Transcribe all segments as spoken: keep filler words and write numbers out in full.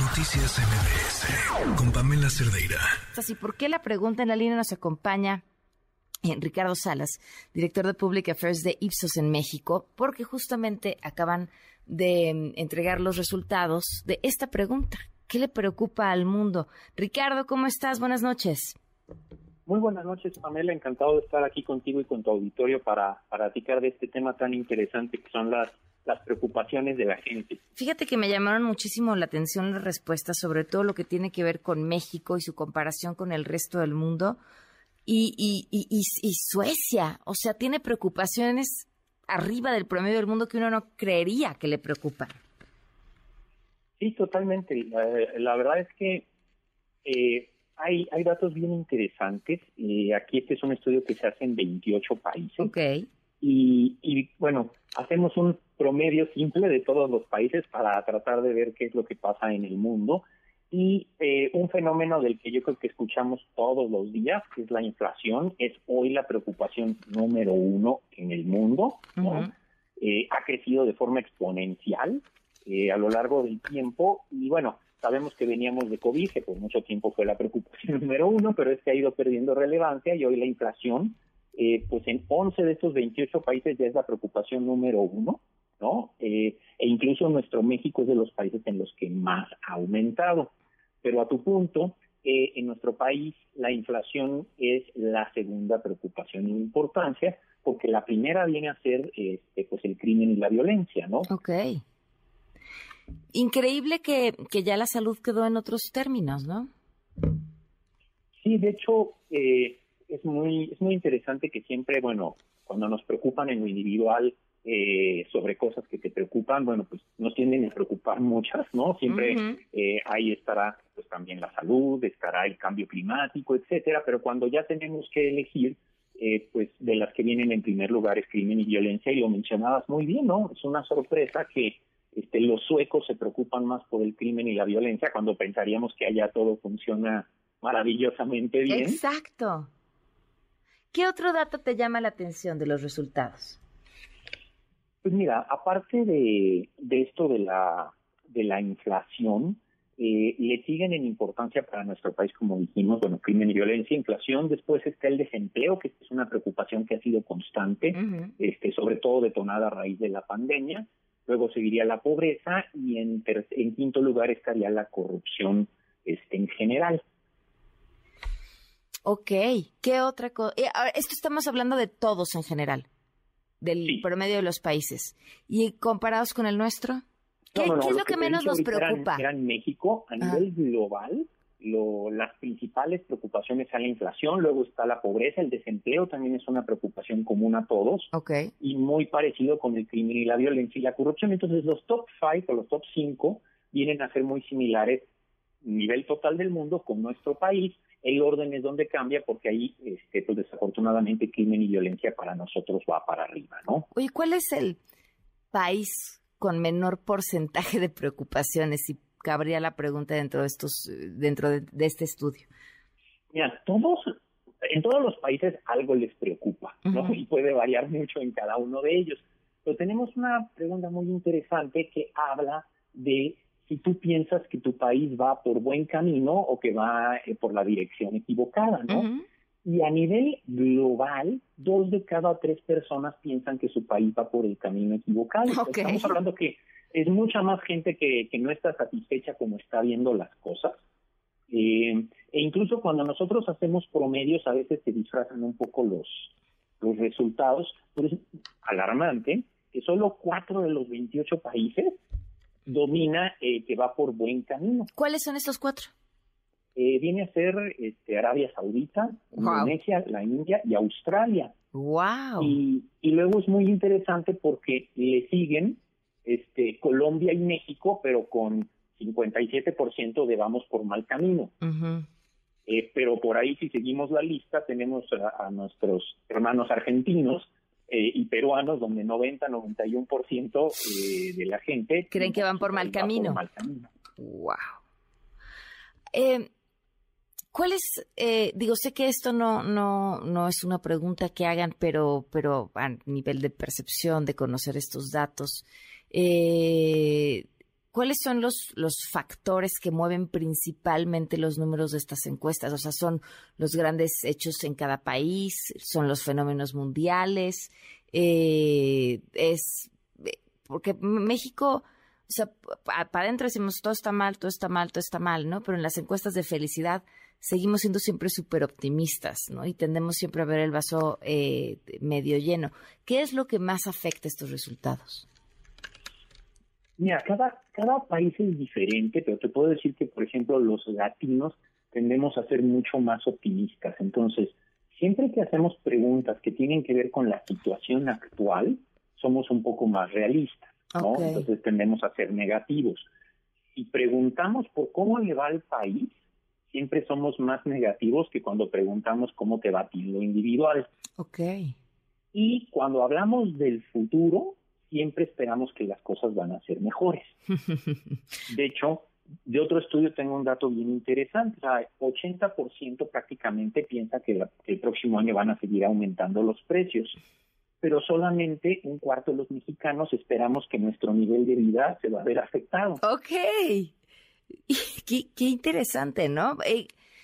Noticias M B S con Pamela Cerdeira. Así, ¿por qué la pregunta en la línea nos acompaña eh, Ricardo Salas, director de Public Affairs de Ipsos en México? Porque justamente acaban de um, entregar los resultados de esta pregunta. ¿Qué le preocupa al mundo? Ricardo, ¿cómo estás? Buenas noches. Muy buenas noches, Pamela. Encantado de estar aquí contigo y con tu auditorio para, para platicar de este tema tan interesante que son las las preocupaciones de la gente. Fíjate que me llamaron muchísimo la atención las respuestas, sobre todo lo que tiene que ver con México y su comparación con el resto del mundo y, y, y, y, y Suecia. O sea, tiene preocupaciones arriba del promedio del mundo que uno no creería que le preocupan. Sí, totalmente. La, la verdad es que eh, hay, hay datos bien interesantes. Eh, aquí este es un estudio que se hace en veintiocho países. Okay. Y, y bueno, hacemos un promedio simple de todos los países para tratar de ver qué es lo que pasa en el mundo. Y eh, un fenómeno del que yo creo que escuchamos todos los días, que es la inflación, es hoy la preocupación número uno en el mundo, ¿no? Uh-huh. Eh, ha crecido de forma exponencial eh, a lo largo del tiempo y bueno, sabemos que veníamos de COVID, que por mucho tiempo fue la preocupación número uno, pero es que ha ido perdiendo relevancia y hoy la inflación, eh, pues en once de estos veintiocho países ya es la preocupación número uno, ¿no? Eh, e incluso nuestro México es de los países en los que más ha aumentado. Pero a tu punto, eh, en nuestro país la inflación es la segunda preocupación en importancia, porque la primera viene a ser este, pues el crimen y la violencia, ¿no? Okay. Increíble que, que ya la salud quedó en otros términos, ¿no? Sí, de hecho, eh, es muy es muy interesante que siempre, bueno, cuando nos preocupan en lo individual eh, sobre cosas que te preocupan, bueno, pues nos tienden a preocupar muchas, ¿no? Siempre uh-huh. eh, ahí estará pues también la salud, estará el cambio climático, etcétera, pero cuando ya tenemos que elegir, eh, pues de las que vienen en primer lugar es crimen y violencia, y lo mencionabas muy bien, ¿no? Es una sorpresa que este, los suecos se preocupan más por el crimen y la violencia cuando pensaríamos que allá todo funciona maravillosamente bien. Exacto. ¿Qué otro dato te llama la atención de los resultados? Pues mira, aparte de, de esto de la de la inflación, eh, le siguen en importancia para nuestro país, como dijimos, bueno, crimen y violencia, inflación, después está el desempleo, que es una preocupación que ha sido constante, uh-huh. este, sobre todo detonada a raíz de la pandemia, luego seguiría la pobreza y en, ter- en quinto lugar estaría la corrupción este, en general. Ok, ¿qué otra cosa? Eh, esto estamos hablando de todos en general, del sí. promedio de los países. ¿Y comparados con el nuestro? ¿Qué, no, no, no, ¿qué es lo que, que menos nos preocupa? Era en México, a nivel ah. global, lo, las principales preocupaciones son la inflación, luego está la pobreza, el desempleo también es una preocupación común a todos, okay. y muy parecido con el crimen y la violencia y la corrupción. Entonces los top five o los top cinco vienen a ser muy similares a nivel total del mundo con nuestro país. El orden es donde cambia porque ahí, este, pues desafortunadamente, crimen y violencia para nosotros va para arriba, ¿no? Oye, ¿cuál es el país con menor porcentaje de preocupaciones? Si cabría la pregunta dentro de estos, dentro de, de este estudio. Mira, todos, en todos los países algo les preocupa, ¿no? Uh-huh. Y puede variar mucho en cada uno de ellos. Pero tenemos una pregunta muy interesante que habla de si tú piensas que tu país va por buen camino o que va eh, por la dirección equivocada, ¿no? Uh-huh. Y a nivel global, dos de cada tres personas piensan que su país va por el camino equivocado. Okay. Estamos hablando que es mucha más gente que, que no está satisfecha como está viendo las cosas. Eh, e incluso cuando nosotros hacemos promedios, a veces se disfrazan un poco los, los resultados, pero es alarmante que solo cuatro de los veintiocho países domina eh, que va por buen camino. ¿Cuáles son estos cuatro? Eh, viene a ser este, Arabia Saudita, wow. Indonesia, la India y Australia. Wow. Y, y luego es muy interesante porque le siguen este, Colombia y México, pero con cincuenta y siete por ciento de vamos por mal camino. Uh-huh. Eh, pero por ahí, si seguimos la lista, tenemos a, a nuestros hermanos argentinos, Eh, y peruanos, donde noventa, noventa y uno por ciento eh, de la gente creen que van por mal camino. Por mal camino. Wow. Eh, ¿Cuál es, eh, digo, sé que esto no, no, no es una pregunta que hagan, pero, pero a nivel de percepción, de conocer estos datos, eh, ¿cuáles son los, los factores que mueven principalmente los números de estas encuestas? O sea, ¿son los grandes hechos en cada país? ¿Son los fenómenos mundiales? Eh, es porque México, o sea, para adentro decimos todo está mal, todo está mal, todo está mal, ¿no? Pero en las encuestas de felicidad seguimos siendo siempre súper optimistas, ¿no? Y tendemos siempre a ver el vaso eh, medio lleno. ¿Qué es lo que más afecta estos resultados? Mira, cada, cada país es diferente, pero te puedo decir que, por ejemplo, los latinos tendemos a ser mucho más optimistas. Entonces, siempre que hacemos preguntas que tienen que ver con la situación actual, somos un poco más realistas, ¿no? Okay. Entonces tendemos a ser negativos. Si preguntamos por cómo le va al país, siempre somos más negativos que cuando preguntamos cómo te va a ti lo individual. Okay. Y cuando hablamos del futuro, siempre esperamos que las cosas van a ser mejores. De hecho, de otro estudio tengo un dato bien interesante. O sea, ochenta por ciento prácticamente piensa que, la, que el próximo año van a seguir aumentando los precios, pero solamente un cuarto de los mexicanos esperamos que nuestro nivel de vida se va a ver afectado. Ok. Qué, qué interesante, ¿no? Eh,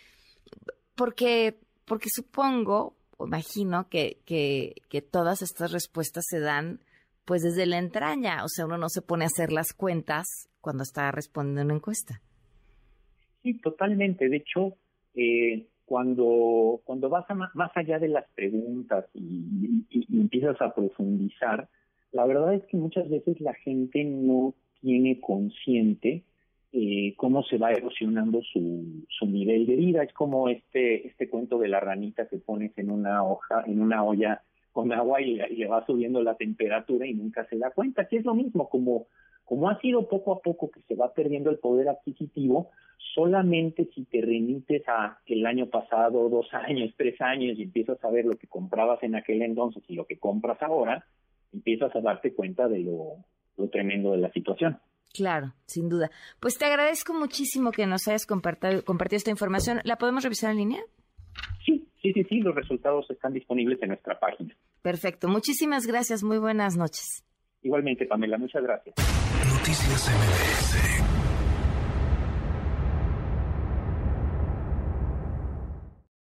porque, porque supongo, o imagino que, que, que todas estas respuestas se dan pues desde la entraña. O sea, uno no se pone a hacer las cuentas cuando está respondiendo una encuesta. Sí, totalmente. De hecho, eh, cuando, cuando vas a más, más allá de las preguntas y, y, y empiezas a profundizar, la verdad es que muchas veces la gente no tiene consciente eh, cómo se va erosionando su, su nivel de vida. Es como este, este cuento de la ranita que pones en una hoja, en una olla con agua y, y le va subiendo la temperatura y nunca se da cuenta. Que es lo mismo, como, como ha sido poco a poco que se va perdiendo el poder adquisitivo, solamente si te remites a el año pasado, dos años, tres años y empiezas a ver lo que comprabas en aquel entonces y lo que compras ahora, empiezas a darte cuenta de lo, lo tremendo de la situación. Claro, sin duda. Pues te agradezco muchísimo que nos hayas compartido, compartido esta información. ¿La podemos revisar en línea? Sí, sí, sí, sí. Los resultados están disponibles en nuestra página. Perfecto. Muchísimas gracias. Muy buenas noches. Igualmente, Pamela. Muchas gracias. Noticias M B S.